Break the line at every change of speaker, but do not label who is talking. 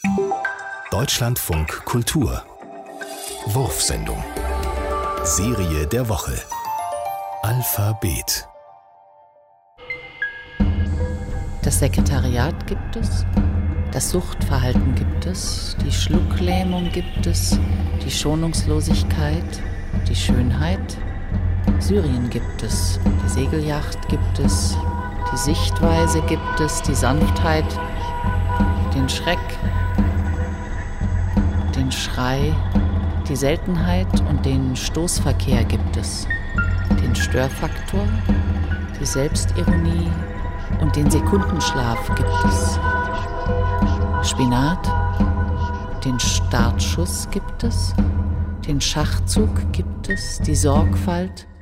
Deutschlandfunk Kultur Wurfsendung Serie der Woche Alphabet.
Das Sekretariat gibt es, das Suchtverhalten gibt es, die Schlucklähmung gibt es, die Schonungslosigkeit, die Schönheit. Syrien gibt es, die Segelyacht gibt es, die Sichtweise gibt es, die Sanftheit, den Schreck, den Schrei, die Seltenheit und den Stoßverkehr gibt es, den Störfaktor, die Selbstironie und den Sekundenschlaf gibt es. Spinat, den Startschuss gibt es, den Schachzug gibt es, die Sorgfalt,